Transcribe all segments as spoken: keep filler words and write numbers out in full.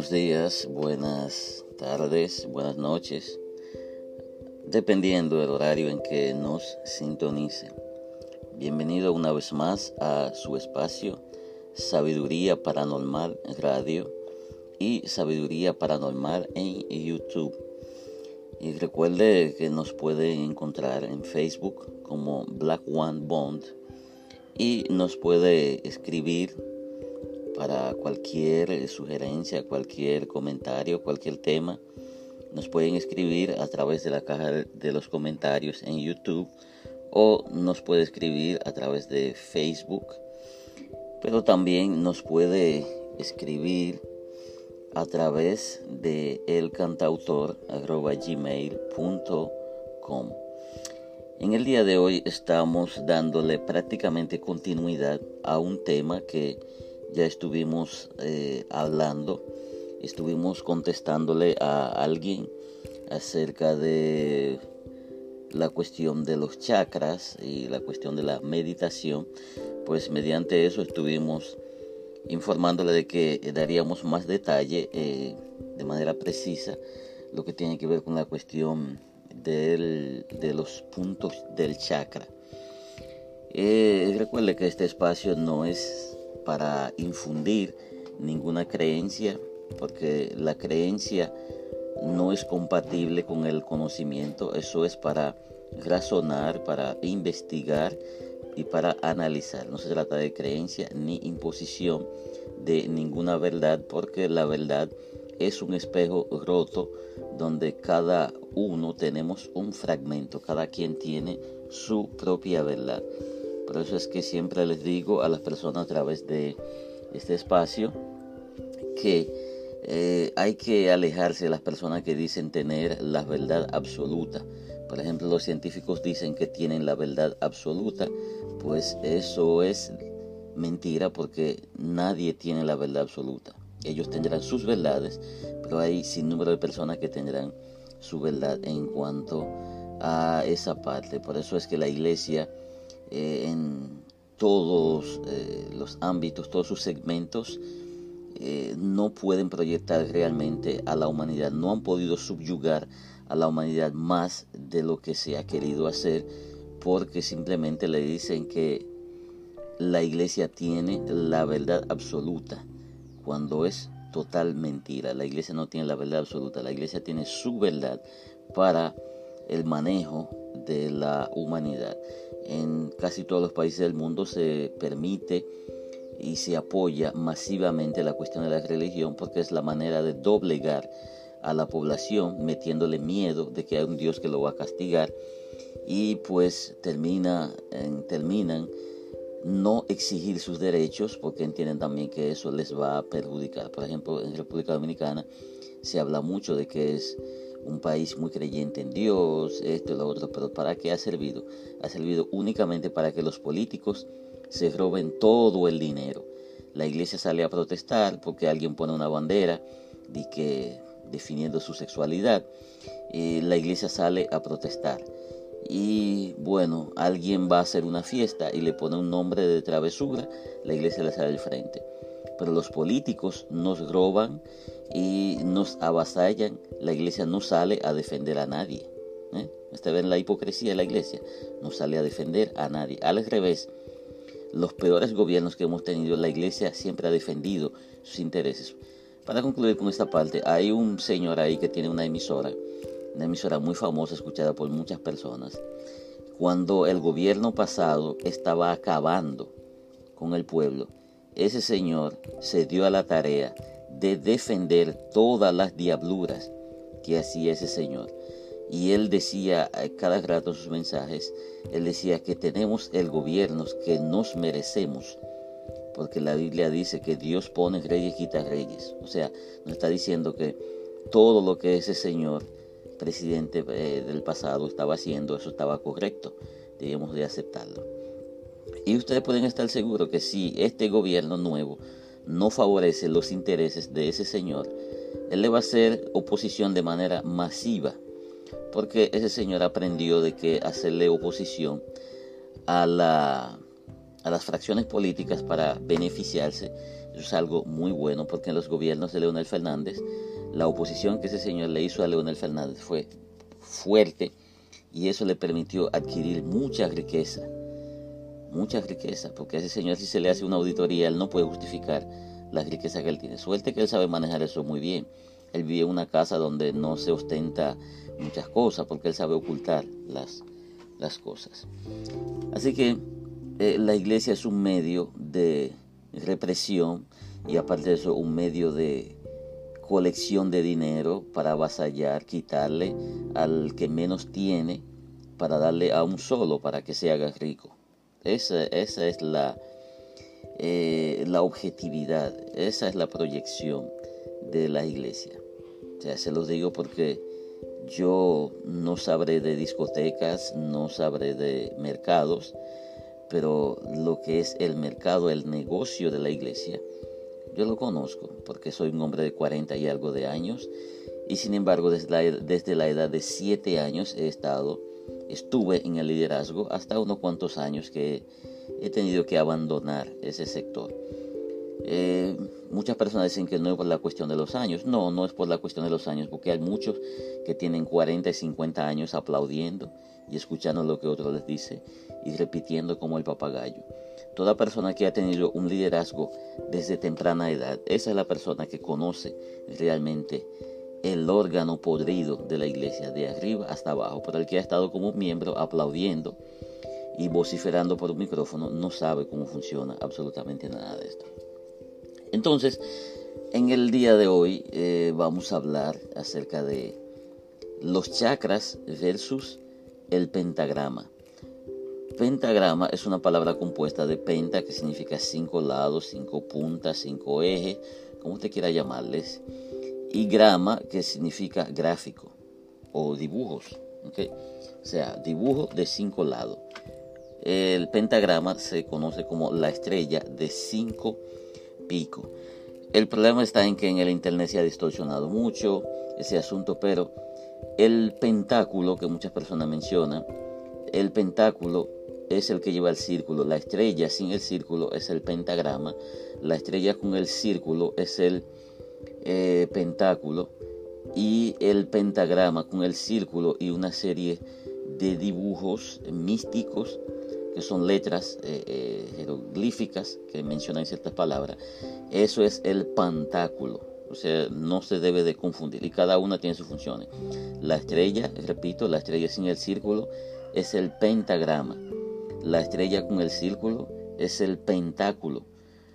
Buenos días, buenas tardes, buenas noches, dependiendo del horario en que nos sintonicen. Bienvenido una vez más a su espacio Sabiduría Paranormal Radio y Sabiduría Paranormal en YouTube. Y recuerde que nos puede encontrar en Facebook como Black One Bond y nos puede escribir para cualquier sugerencia, cualquier comentario, cualquier tema. Nos pueden escribir a través de la caja de los comentarios en YouTube o nos puede escribir a través de Facebook, pero también nos puede escribir a través de elcantautor arroba gmail punto com. En el día de hoy estamos dándole prácticamente continuidad a un tema que ya estuvimos eh, hablando, estuvimos contestándole a alguien acerca de la cuestión de los chakras y la cuestión de la meditación. Pues mediante eso estuvimos informándole de que daríamos más detalle eh, de manera precisa lo que tiene que ver con la cuestión del, de los puntos del chakra. Eh, recuerde que este espacio no es para infundir ninguna creencia, porque la creencia no es compatible con el conocimiento. Eso es para razonar, para investigar y para analizar. No se trata de creencia ni imposición de ninguna verdad, porque la verdad es un espejo roto donde cada uno tenemos un fragmento, cada quien tiene su propia verdad. Por eso es que siempre les digo a las personas a través de este espacio que eh, hay que alejarse de las personas que dicen tener la verdad absoluta. Por ejemplo, los científicos dicen que tienen la verdad absoluta. Pues eso es mentira, porque nadie tiene la verdad absoluta. Ellos tendrán sus verdades, pero hay sin número de personas que tendrán su verdad en cuanto a esa parte. Por eso es que la iglesia eh, en todos eh, los ámbitos, todos sus segmentos, eh, no pueden proyectar realmente a la humanidad. No han podido subyugar a la humanidad más de lo que se ha querido hacer, porque simplemente le dicen que la iglesia tiene la verdad absoluta, cuando es total mentira. La iglesia no tiene la verdad absoluta, la iglesia tiene su verdad para el manejo de la humanidad. En casi todos los países del mundo se permite y se apoya masivamente la cuestión de la religión, porque es la manera de doblegar a la población, metiéndole miedo de que hay un Dios que lo va a castigar, y pues termina, en, terminan no exigir sus derechos, porque entienden también que eso les va a perjudicar. Por ejemplo, en República Dominicana se habla mucho de que es un país muy creyente en Dios, esto y lo otro, pero ¿para qué ha servido? Ha servido únicamente para que los políticos se roben todo el dinero. La iglesia sale a protestar porque alguien pone una bandera de que definiendo su sexualidad, eh, la iglesia sale a protestar. Y bueno, alguien va a hacer una fiesta y le pone un nombre de travesura, la iglesia le sale al frente. Pero los políticos nos roban y nos avasallan, la iglesia no sale a defender a nadie. ¿eh? Ustedes ven la hipocresía de la iglesia, no sale a defender a nadie. Al revés, los peores gobiernos que hemos tenido, la iglesia siempre ha defendido sus intereses. Para concluir con esta parte, hay un señor ahí que tiene una emisora, una emisora muy famosa, escuchada por muchas personas. Cuando el gobierno pasado estaba acabando con el pueblo, ese señor se dio a la tarea de defender todas las diabluras que hacía ese señor. Y él decía cada rato en sus mensajes, él decía que tenemos el gobierno que nos merecemos, porque la Biblia dice que Dios pone reyes y quita reyes. O sea, nos está diciendo que todo lo que ese señor presidente eh, del pasado estaba haciendo, eso estaba correcto, debíamos de aceptarlo. Y ustedes pueden estar seguros que si este gobierno nuevo no favorece los intereses de ese señor, él le va a hacer oposición de manera masiva, porque ese señor aprendió de que hacerle oposición a la a las fracciones políticas para beneficiarse. Eso es algo muy bueno, porque en los gobiernos de Leonel Fernández, la oposición que ese señor le hizo a Leonel Fernández fue fuerte, y eso le permitió adquirir mucha riqueza, mucha riqueza, porque a ese señor, si se le hace una auditoría, él no puede justificar la riqueza que él tiene. Suerte que él sabe manejar eso muy bien. Él vive en una casa donde no se ostenta muchas cosas, porque él sabe ocultar las, las cosas. Así que eh, la iglesia es un medio de represión, y aparte de eso un medio de colección de dinero para avasallar, quitarle al que menos tiene, para darle a un solo para que se haga rico. Esa, esa es la, eh, la objetividad, esa es la proyección de la iglesia. O sea, se los digo porque yo no sabré de discotecas, no sabré de mercados, pero lo que es el mercado, el negocio de la iglesia, yo lo conozco, porque soy un hombre de cuarenta y algo de años, y sin embargo desde la, desde la edad de siete años he estado, estuve en el liderazgo hasta unos cuantos años que he tenido que abandonar ese sector. Eh, muchas personas dicen que no es por la cuestión de los años. No, no es por la cuestión de los años, porque hay muchos que tienen cuarenta y cincuenta años aplaudiendo y escuchando lo que otro les dice y repitiendo como el papagayo. Toda persona que ha tenido un liderazgo desde temprana edad, esa es la persona que conoce realmente el órgano podrido de la iglesia, de arriba hasta abajo. Pero el que ha estado como miembro aplaudiendo y vociferando por un micrófono no sabe cómo funciona absolutamente nada de esto. Entonces, en el día de hoy eh, vamos a hablar acerca de los chakras versus el pentagrama. Pentagrama es una palabra compuesta de penta, que significa cinco lados, cinco puntas, cinco ejes, como usted quiera llamarles, y grama, que significa gráfico o dibujos, ¿okay? O sea, dibujo de cinco lados. El pentagrama se conoce como la estrella de cinco picos. El problema está en que en el internet se ha distorsionado mucho ese asunto, pero el pentáculo que muchas personas mencionan, el pentáculo es el que lleva el círculo. La estrella sin el círculo es el pentagrama. La estrella con el círculo es el eh, pentáculo. Y el pentagrama con el círculo y una serie de dibujos místicos, que son letras eh, eh, jeroglíficas que mencionan ciertas palabras, eso es el pentáculo. O sea, no se debe de confundir, y cada una tiene sus funciones. La estrella, repito, la estrella sin el círculo es el pentagrama. La estrella con el círculo es el pentáculo.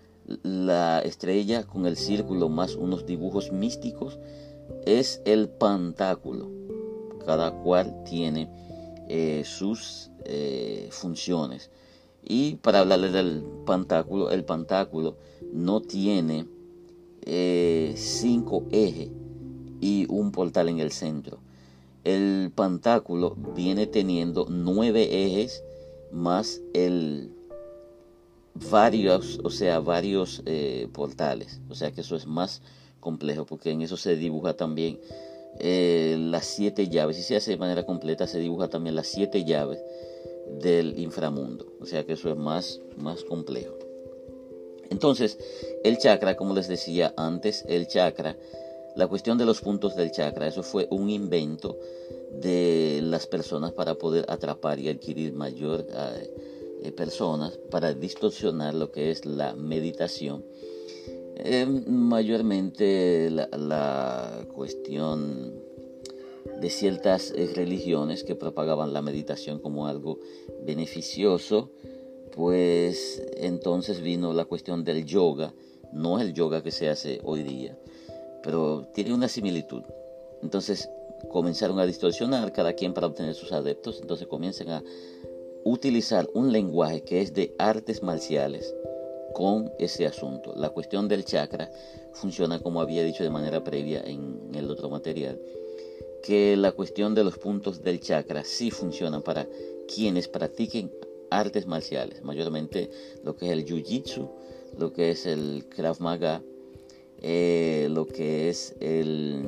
La estrella con el círculo más unos dibujos místicos es el pentáculo. Cada cual tiene eh, sus eh, funciones. Y para hablarles del pentáculo, el pentáculo no tiene eh, cinco ejes y un portal en el centro. El pentáculo viene teniendo nueve ejes más el varios, o sea, varios eh, portales. O sea que eso es más complejo, porque en eso se dibuja también eh, las siete llaves. Si se hace de manera completa, se dibuja también las siete llaves del inframundo. O sea que eso es más, más complejo. Entonces, el chakra, como les decía antes, el chakra, la cuestión de los puntos del chakra, eso fue un invento de las personas para poder atrapar y adquirir mayor eh, personas, para distorsionar lo que es la meditación. Eh, mayormente la, la cuestión de ciertas eh, religiones que propagaban la meditación como algo beneficioso, pues entonces vino la cuestión del yoga. No es el yoga que se hace hoy día, pero tiene una similitud. Entonces comenzaron a distorsionar cada quien para obtener sus adeptos. Entonces comienzan a utilizar un lenguaje que es de artes marciales con ese asunto. La cuestión del chakra funciona, como había dicho de manera previa en el otro material, que la cuestión de los puntos del chakra sí funcionan para quienes practiquen artes marciales, mayormente lo que es el jiu-jitsu, lo que es el Krav Maga, eh, lo que es el,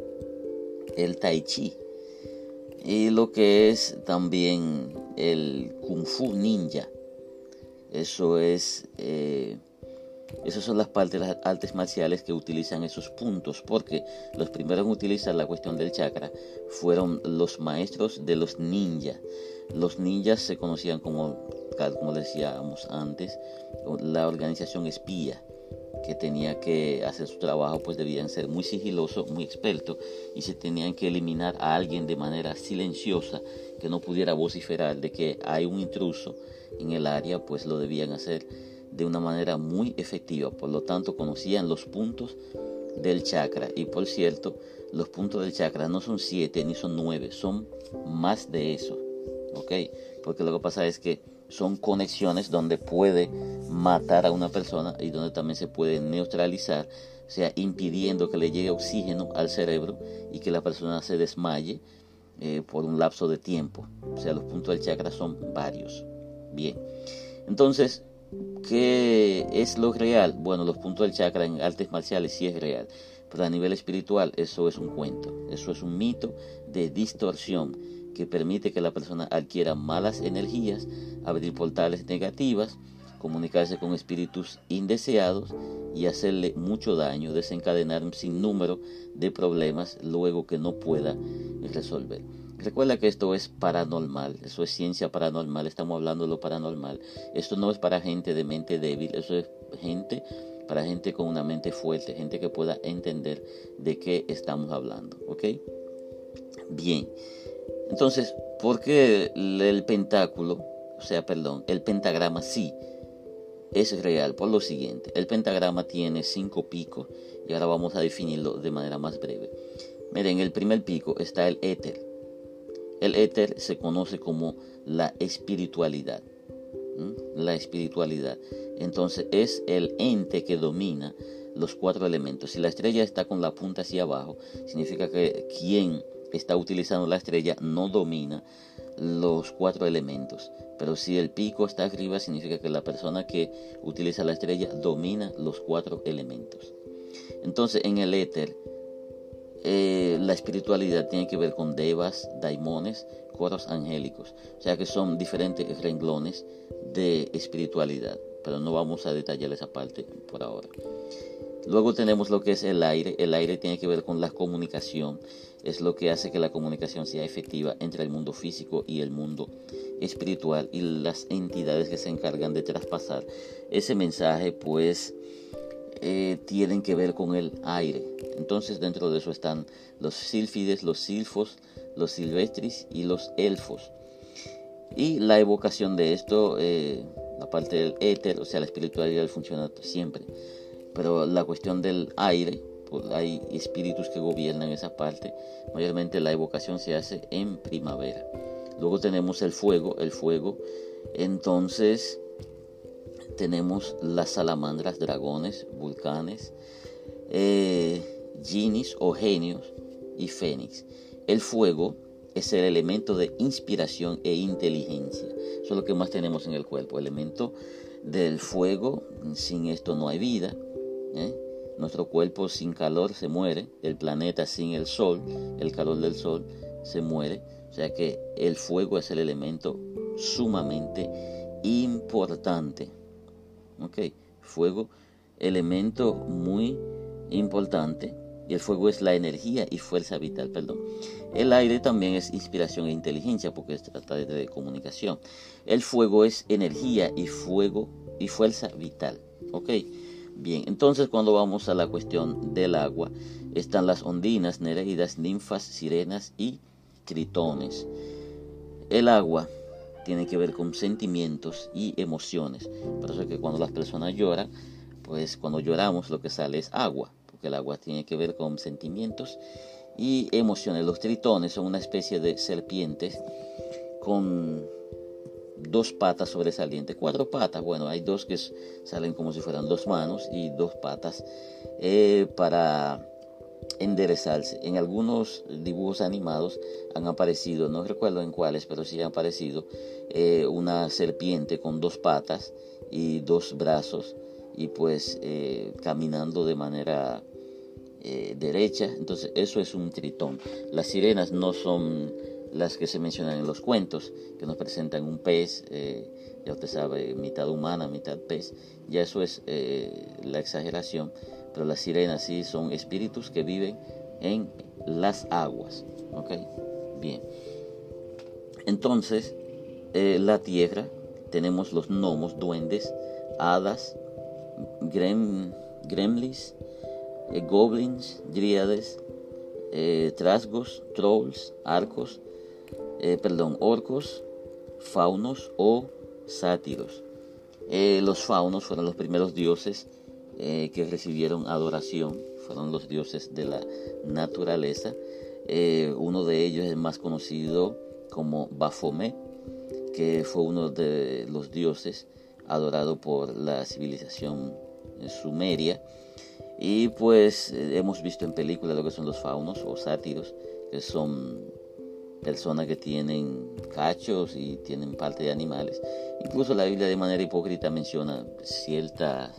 el tai chi, y lo que es también el kung fu ninja. Eso es, eh, esas son las partes de las artes marciales que utilizan esos puntos, porque los primeros en utilizar la cuestión del chakra fueron los maestros de los ninjas. Los ninjas se conocían como, como decíamos antes, la organización espía, que tenía que hacer su trabajo, pues debían ser muy sigilosos, muy expertos, y se tenían que eliminar a alguien de manera silenciosa, que no pudiera vociferar de que hay un intruso en el área, pues lo debían hacer de una manera muy efectiva. Por lo tanto, conocían los puntos del chakra. Y por cierto, los puntos del chakra no son siete ni son nueve, son más de eso, ¿ok? Porque lo que pasa es que son conexiones donde puede matar a una persona y donde también se puede neutralizar, o sea, impidiendo que le llegue oxígeno al cerebro y que la persona se desmaye eh, por un lapso de tiempo. O sea, los puntos del chakra son varios. Bien, entonces, ¿qué es lo real? Bueno, los puntos del chakra en artes marciales sí es real, pero a nivel espiritual eso es un cuento, eso es un mito de distorsión que permite que la persona adquiera malas energías, abrir portales negativas, comunicarse con espíritus indeseados y hacerle mucho daño, desencadenar un sinnúmero de problemas luego que no pueda resolver. Recuerda que esto es paranormal, eso es ciencia paranormal, estamos hablando de lo paranormal. Esto no es para gente de mente débil, eso es gente para gente con una mente fuerte, gente que pueda entender de qué estamos hablando, ¿ok? Bien. Entonces, ¿por qué el pentáculo, o sea, perdón, el pentagrama sí es real? Por lo siguiente, el pentagrama tiene cinco picos y ahora vamos a definirlo de manera más breve. Miren, en el primer pico está el éter. El éter se conoce como la espiritualidad. ¿Mm? La espiritualidad. Entonces, es el ente que domina los cuatro elementos. Si la estrella está con la punta hacia abajo, significa que quien está utilizando la estrella no domina los cuatro elementos, pero si el pico está arriba significa que la persona que utiliza la estrella domina los cuatro elementos. Entonces en el éter eh, la espiritualidad tiene que ver con devas, daimones, coros angélicos, o sea que son diferentes renglones de espiritualidad, pero no vamos a detallar esa parte por ahora. Luego tenemos lo que es el aire. El aire tiene que ver con la comunicación. Es lo que hace que la comunicación sea efectiva entre el mundo físico y el mundo espiritual, y las entidades que se encargan de traspasar ese mensaje pues eh, tienen que ver con el aire. Entonces dentro de eso están los sílfides, los silfos, los silvestris y los elfos. Y la evocación de esto, eh, la parte del éter, o sea la espiritualidad funciona siempre. Pero la cuestión del aire, pues hay espíritus que gobiernan esa parte. Mayormente la evocación se hace en primavera. Luego tenemos el fuego, el fuego. Entonces tenemos las salamandras, dragones, volcanes, eh, ginis o genios y fénix. El fuego es el elemento de inspiración e inteligencia. Eso es lo que más tenemos en el cuerpo. El elemento del fuego, sin esto no hay vida. ¿Eh? Nuestro cuerpo sin calor se muere, el planeta sin el sol, el calor del sol se muere, o sea que el fuego es el elemento sumamente importante. Ok, fuego, elemento muy importante, y el fuego es la energía y fuerza vital, perdón. El aire también es inspiración e inteligencia porque se trata de comunicación. El fuego es energía y fuego y fuerza vital, ok. Bien, entonces cuando vamos a la cuestión del agua, están las ondinas, nereidas, ninfas, sirenas y tritones. El agua tiene que ver con sentimientos y emociones. Por eso es que cuando las personas lloran, pues cuando lloramos lo que sale es agua, porque el agua tiene que ver con sentimientos y emociones. Los tritones son una especie de serpientes con dos patas sobresalientes, cuatro patas, bueno, hay dos que salen como si fueran dos manos y dos patas eh, para enderezarse. En algunos dibujos animados han aparecido, no recuerdo en cuáles, pero sí han aparecido eh, una serpiente con dos patas y dos brazos y pues eh, caminando de manera eh, derecha. Entonces eso es un tritón. Las sirenas no son las que se mencionan en los cuentos, que nos presentan un pez, eh, ya usted sabe, mitad humana, mitad pez. Ya eso es eh, la exageración, pero las sirenas sí son espíritus que viven en las aguas. ¿Ok? Bien. Entonces, eh, la tierra, tenemos los gnomos, duendes, hadas, grem, gremlins, eh, goblins, dríades, eh, trasgos, trolls, arcos, eh, perdón, orcos, faunos o sátiros. Eh, los faunos fueron los primeros dioses eh, que recibieron adoración, fueron los dioses de la naturaleza. Eh, uno de ellos es más conocido como Baphomet, que fue uno de los dioses adorado por la civilización sumeria. Y pues eh, hemos visto en películas lo que son los faunos o sátiros, que son personas que tienen cachos y tienen parte de animales. Incluso la Biblia de manera hipócrita menciona ciertas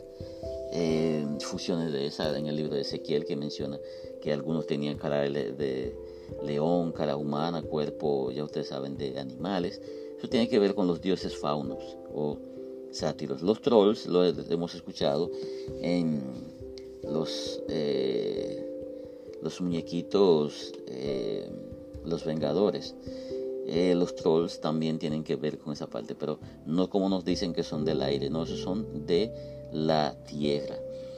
eh, fusiones de esa en el libro de Ezequiel, que menciona que algunos tenían cara de, de león, cara humana, cuerpo, ya ustedes saben, de animales. Eso tiene que ver con los dioses faunos o sátiros. Los trolls lo hemos escuchado en los, eh, los muñequitos, eh, los Vengadores. Eh, los trolls también tienen que ver con esa parte, pero no como nos dicen que son del aire, no, esos son de la tierra.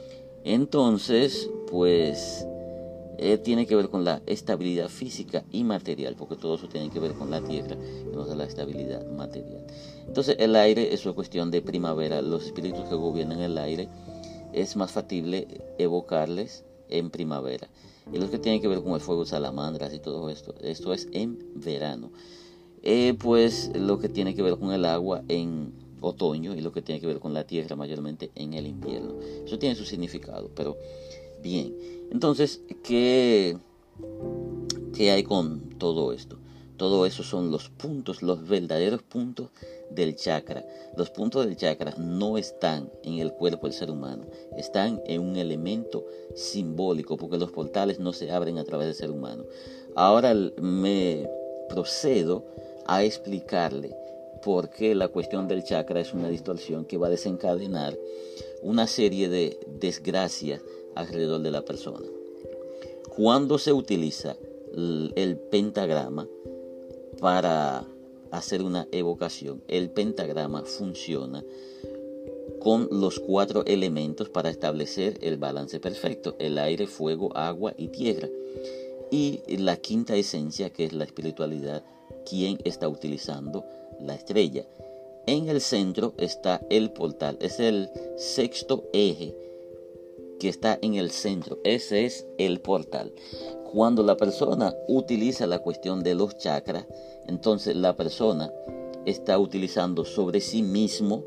Entonces, pues eh, tiene que ver con la estabilidad física y material, porque todo eso tiene que ver con la tierra, que nos da la estabilidad material. Entonces, el aire es una cuestión de primavera. Los espíritus que gobiernan el aire es más factible evocarles en primavera. Y los que tienen que ver con el fuego, salamandras y todo esto, esto es en verano. Eh, pues lo que tiene que ver con el agua en otoño, y lo que tiene que ver con la tierra mayormente en el invierno. Eso tiene su significado, pero bien. Entonces, ¿qué, qué hay con todo esto? Todo eso son los puntos, los verdaderos puntos del chakra. Los puntos del chakra no están en el cuerpo del ser humano, están en un elemento simbólico, porque los portales no se abren a través del ser humano. Ahora me procedo a explicarle por qué la cuestión del chakra es una distorsión que va a desencadenar una serie de desgracias alrededor de la persona. Cuando se utiliza el pentagrama para hacer una evocación, el pentagrama funciona con los cuatro elementos para establecer el balance perfecto: el aire, fuego, agua y tierra. Y la quinta esencia, que es la espiritualidad, quien está utilizando la estrella. En el centro está el portal, es el sexto eje que está en el centro, ese es el portal. Cuando la persona utiliza la cuestión de los chakras, entonces la persona está utilizando sobre sí mismo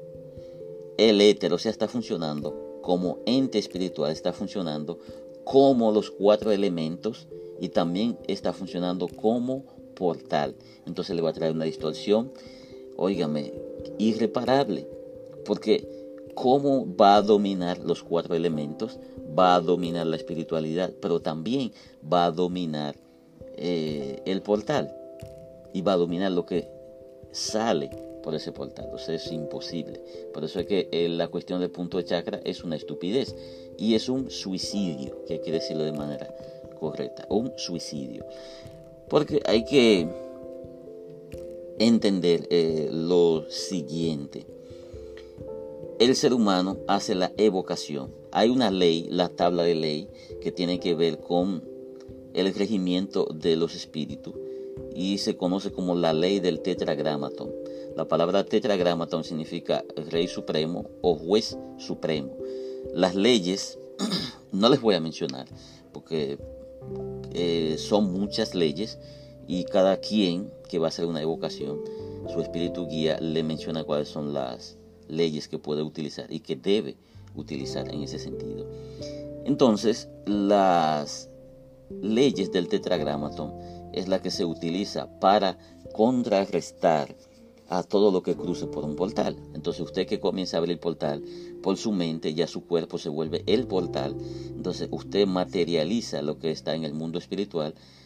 el éter, o sea, está funcionando como ente espiritual, está funcionando como los cuatro elementos y también está funcionando como portal. Entonces le va a traer una distorsión, óigame, irreparable, porque ¿cómo va a dominar los cuatro elementos? Va a dominar la espiritualidad, pero también va a dominar eh, el portal y va a dominar lo que sale por ese portal. O sea, es imposible. Por eso es que eh, la cuestión del punto de chakra es una estupidez y es un suicidio, que hay que decirlo de manera correcta, un suicidio. Porque hay que entender eh, lo siguiente. El ser humano hace la evocación. Hay una ley, la tabla de ley, que tiene que ver con el regimiento de los espíritus y se conoce como la ley del tetragramatón. La palabra tetragramatón significa rey supremo o juez supremo. Las leyes no les voy a mencionar porque eh, son muchas leyes y cada quien que va a hacer una evocación, su espíritu guía le menciona cuáles son las leyes que puede utilizar y que debe utilizar en ese sentido. Entonces, las leyes del tetragramatón es la que se utiliza para contrarrestar a todo lo que cruce por un portal. Entonces, usted que comienza a abrir el portal, por su mente ya su cuerpo se vuelve el portal. Entonces, usted materializa lo que está en el mundo espiritual,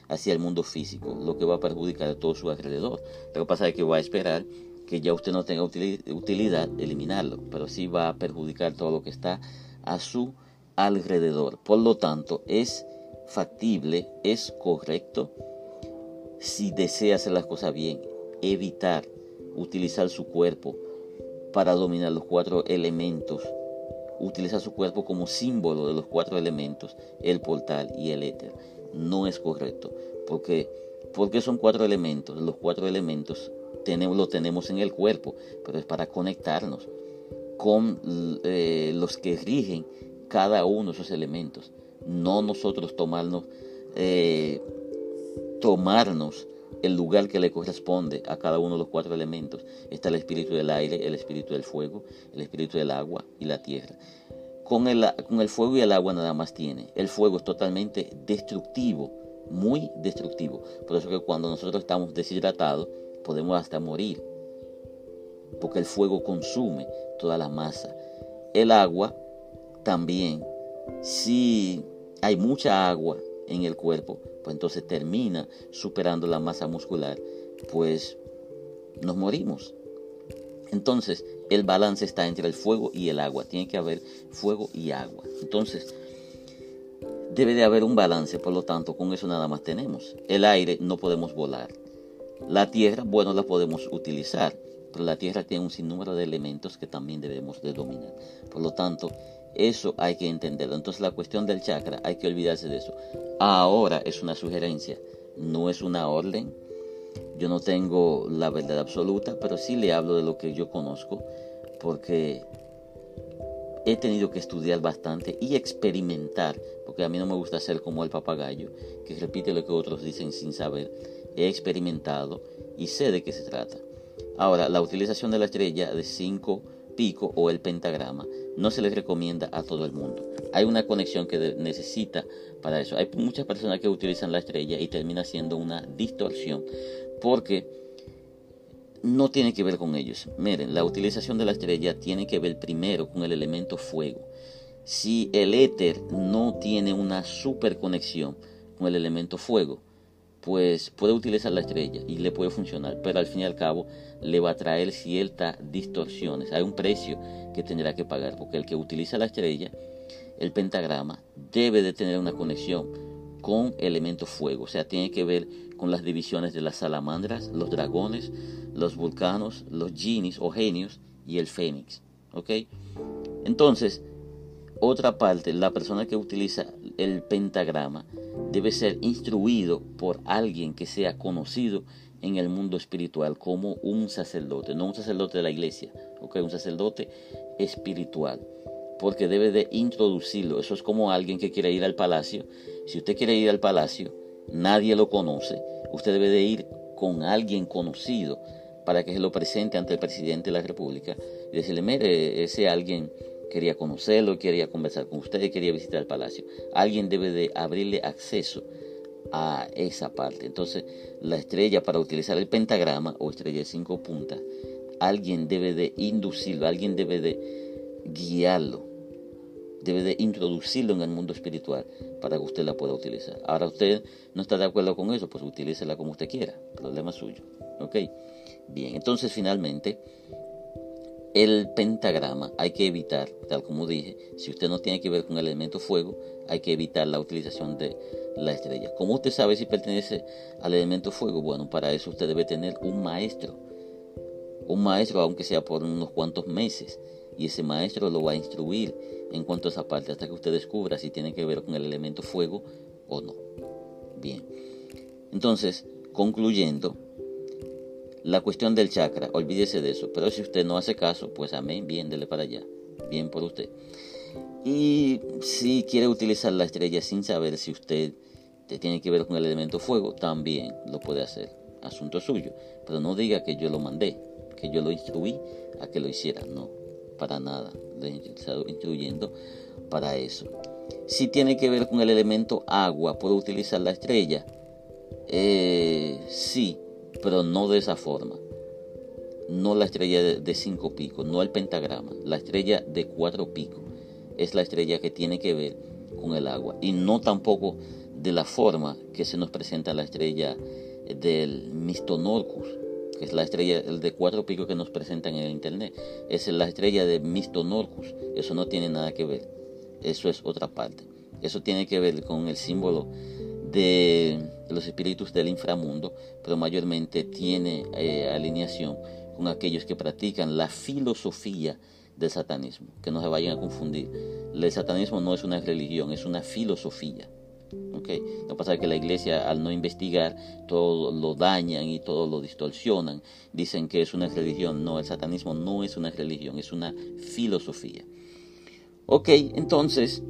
hacia el mundo físico, lo que va a perjudicar a todo su alrededor. Lo que pasa es que va a esperar que ya usted no tenga utilidad, eliminarlo, pero sí va a perjudicar todo lo que está a su alrededor. Por lo tanto, es factible, es correcto, si desea hacer las cosas bien, evitar utilizar su cuerpo para dominar los cuatro elementos, utilizar su cuerpo como símbolo de los cuatro elementos, el portal y el éter. No es correcto, porque porque son cuatro elementos. Los cuatro elementos tenemos, lo tenemos en el cuerpo, pero es para conectarnos con eh, los que rigen cada uno de esos elementos, no nosotros tomarnos eh, tomarnos el lugar que le corresponde a cada uno de los cuatro elementos. Está el espíritu del aire, el espíritu del fuego, el espíritu del agua y la tierra. Con el, con el fuego y el agua nada más tiene. El fuego es totalmente destructivo, muy destructivo. Por eso que cuando nosotros estamos deshidratados, podemos hasta morir, porque el fuego consume toda la masa. El agua también, si hay mucha agua en el cuerpo, pues entonces termina superando la masa muscular, pues nos morimos. Entonces el balance está entre el fuego y el agua. Tiene que haber fuego y agua. Entonces debe de haber un balance. Por lo tanto, con eso nada más tenemos. El aire no podemos volar. La tierra, bueno, la podemos utilizar, pero la tierra tiene un sinnúmero de elementos que también debemos de dominar. Por lo tanto, eso hay que entenderlo. Entonces la cuestión del chakra, hay que olvidarse de eso. Ahora es una sugerencia, no es una orden. Yo no tengo la verdad absoluta, pero sí le hablo de lo que yo conozco, porque he tenido que estudiar bastante y experimentar, porque a mí no me gusta ser como el papagayo, que repite lo que otros dicen sin saber. He experimentado y sé de qué se trata. Ahora, la utilización de la estrella de cinco picos o el pentagrama no se les recomienda a todo el mundo. Hay una conexión que de, necesita para eso. Hay muchas personas que utilizan la estrella y termina siendo una distorsión, porque no tiene que ver con ellos. Miren, la utilización de la estrella tiene que ver primero con el elemento fuego. Si el éter no tiene una super conexión con el elemento fuego, pues puede utilizar la estrella y le puede funcionar, pero al fin y al cabo le va a traer ciertas distorsiones. Hay un precio que tendrá que pagar, porque el que utiliza la estrella, el pentagrama, debe de tener una conexión con elemento fuego. O sea, tiene que ver con las divisiones de las salamandras, los dragones, los vulcanos, los genies o genios y el fénix. ¿Ok? Entonces, otra parte, la persona que utiliza el pentagrama debe ser instruido por alguien que sea conocido en el mundo espiritual como un sacerdote, no un sacerdote de la iglesia, ¿okay? Un sacerdote espiritual, porque debe de introducirlo. Eso es como alguien que quiere ir al palacio. Si usted quiere ir al palacio, nadie lo conoce, usted debe de ir con alguien conocido para que se lo presente ante el presidente de la república y decirle, mire, ese alguien quería conocerlo, quería conversar con usted, quería visitar el palacio. Alguien debe de abrirle acceso a esa parte. Entonces, la estrella, para utilizar el pentagrama o estrella de cinco puntas, alguien debe de inducirlo, alguien debe de guiarlo, debe de introducirlo en el mundo espiritual para que usted la pueda utilizar. Ahora, usted no está de acuerdo con eso, pues utilícela como usted quiera, problema suyo. ¿Ok? Bien, entonces finalmente, el pentagrama hay que evitar, tal como dije, si usted no tiene que ver con el elemento fuego, hay que evitar la utilización de la estrella. ¿Cómo usted sabe si pertenece al elemento fuego? Bueno, para eso usted debe tener un maestro, un maestro aunque sea por unos cuantos meses, y ese maestro lo va a instruir en cuanto a esa parte hasta que usted descubra si tiene que ver con el elemento fuego o no. Bien, entonces, concluyendo, la cuestión del chakra, olvídese de eso. Pero si usted no hace caso, pues amén, bien, dele para allá. Bien por usted. Y si quiere utilizar la estrella sin saber si usted tiene que ver con el elemento fuego, también lo puede hacer. Asunto suyo. Pero no diga que yo lo mandé, que yo lo instruí a que lo hiciera. No, para nada. Le he estado instruyendo para eso. Si tiene que ver con el elemento agua, ¿puedo utilizar la estrella? Eh, sí. Pero no de esa forma. No la estrella de, de cinco picos, no el pentagrama. La estrella de cuatro picos es la estrella que tiene que ver con el agua. Y no tampoco de la forma que se nos presenta la estrella del Mistonorcus, que es la estrella el de cuatro picos que nos presentan en el internet. Es la estrella de Mistonorcus. Eso no tiene nada que ver. Eso es otra parte. Eso tiene que ver con el símbolo de los espíritus del inframundo, pero mayormente tiene eh, alineación con aquellos que practican la filosofía del satanismo. Que no se vayan a confundir. El satanismo no es una religión, es una filosofía. Okay. Lo que pasa es que la iglesia, al no investigar, todo lo dañan y todo lo distorsionan. Dicen que es una religión. No, el satanismo no es una religión, es una filosofía. Ok, entonces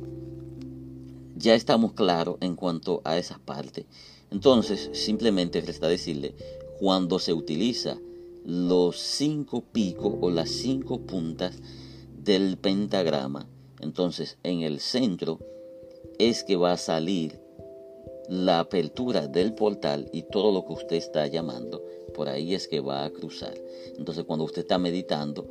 ya estamos claros en cuanto a esa parte. Entonces, simplemente resta decirle, cuando se utiliza los cinco picos o las cinco puntas del pentagrama, entonces en el centro es que va a salir la apertura del portal y todo lo que usted está llamando, por ahí es que va a cruzar. Entonces cuando usted está meditando,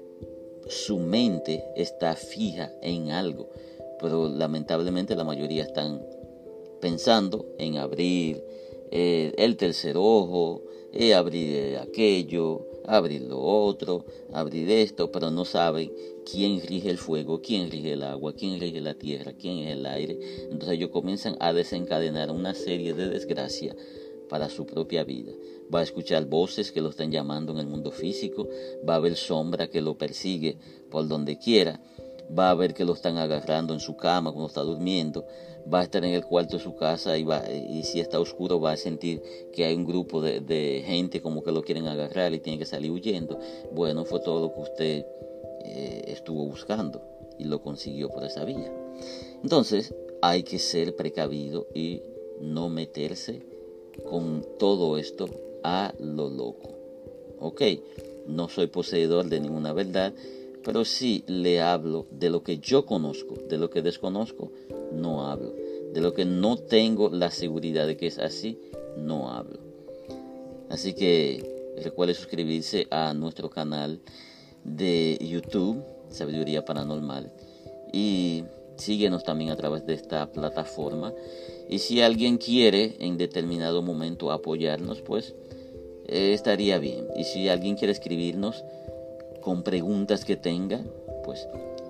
su mente está fija en algo, pero lamentablemente la mayoría están pensando en abrir eh, el tercer ojo, eh, abrir aquello, abrir lo otro, abrir esto, pero no saben quién rige el fuego, quién rige el agua, quién rige la tierra, quién es el aire. Entonces ellos comienzan a desencadenar una serie de desgracias para su propia vida. Va a escuchar voces que lo están llamando en el mundo físico, va a ver sombra que lo persigue por donde quiera, va a ver que lo están agarrando en su cama cuando está durmiendo, va a estar en el cuarto de su casa y, va, y si está oscuro va a sentir que hay un grupo de, de gente como que lo quieren agarrar y tiene que salir huyendo. Bueno, fue todo lo que usted eh, estuvo buscando y lo consiguió por esa vía. Entonces hay que ser precavido y no meterse con todo esto a lo loco. Ok, no soy poseedor de ninguna verdad, pero sí le hablo de lo que yo conozco. De lo que desconozco, no hablo. De lo que no tengo la seguridad de que es así, no hablo. Así que recuerde suscribirse a nuestro canal de YouTube, Sabiduría Paranormal, y síguenos también a través de esta plataforma. Y si alguien quiere en determinado momento apoyarnos, pues eh, estaría bien. Y si alguien quiere escribirnos con preguntas que tenga, pues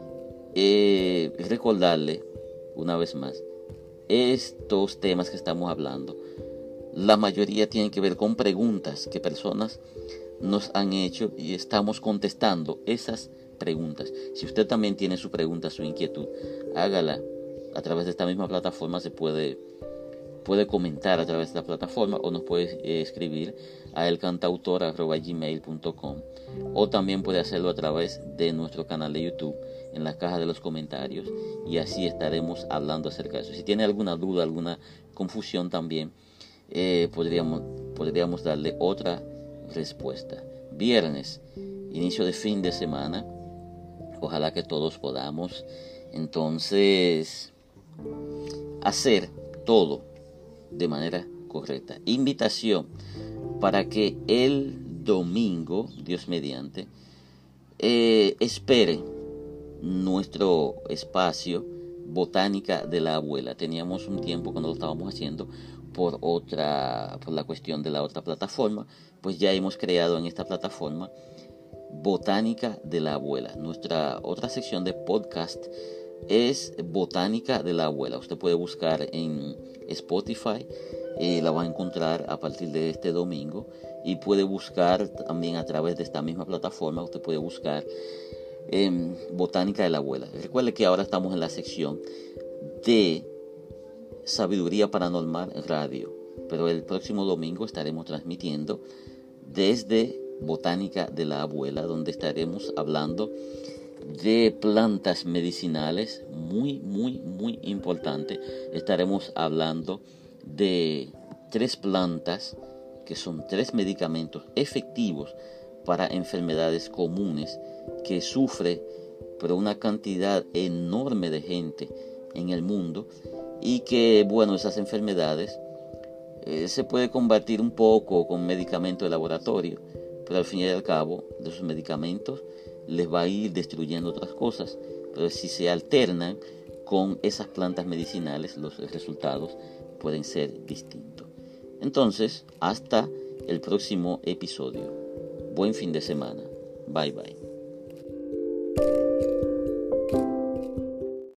eh, recordarle una vez más, estos temas que estamos hablando, la mayoría tienen que ver con preguntas que personas nos han hecho y estamos contestando esas preguntas. Si usted también tiene su pregunta, su inquietud, hágala a través de esta misma plataforma. Se puede puede comentar a través de la plataforma o nos puede eh, escribir a elcantautor arroba gmail punto com, o también puede hacerlo a través de nuestro canal de YouTube en la caja de los comentarios, y así estaremos hablando acerca de eso. Si tiene alguna duda, alguna confusión también, eh, podríamos, podríamos darle otra respuesta. Viernes, inicio de fin de semana, ojalá que todos podamos entonces hacer todo de manera correcta. Invitación para que el domingo, Dios mediante, eh, espere nuestro espacio Botánica de la Abuela. Teníamos un tiempo que no lo estábamos haciendo por otra, por la cuestión de la otra plataforma, pues ya hemos creado en esta plataforma Botánica de la Abuela. Nuestra otra sección de podcast es Botánica de la Abuela. Usted puede buscar en Spotify, eh, la va a encontrar a partir de este domingo, y puede buscar también a través de esta misma plataforma. Usted puede buscar eh, Botánica de la Abuela. Recuerde que ahora estamos en la sección de Sabiduría Paranormal Radio, pero el próximo domingo estaremos transmitiendo desde Botánica de la Abuela, donde estaremos hablando de plantas medicinales muy, muy, muy importante. Estaremos hablando de tres plantas que son tres medicamentos efectivos para enfermedades comunes que sufre pero una cantidad enorme de gente en el mundo, y que, bueno, esas enfermedades eh, se puede combatir un poco con medicamentos de laboratorio, pero al fin y al cabo de esos medicamentos les va a ir destruyendo otras cosas. Pero si se alternan con esas plantas medicinales, los resultados pueden ser distintos. Entonces, hasta el próximo episodio. Buen fin de semana. Bye bye.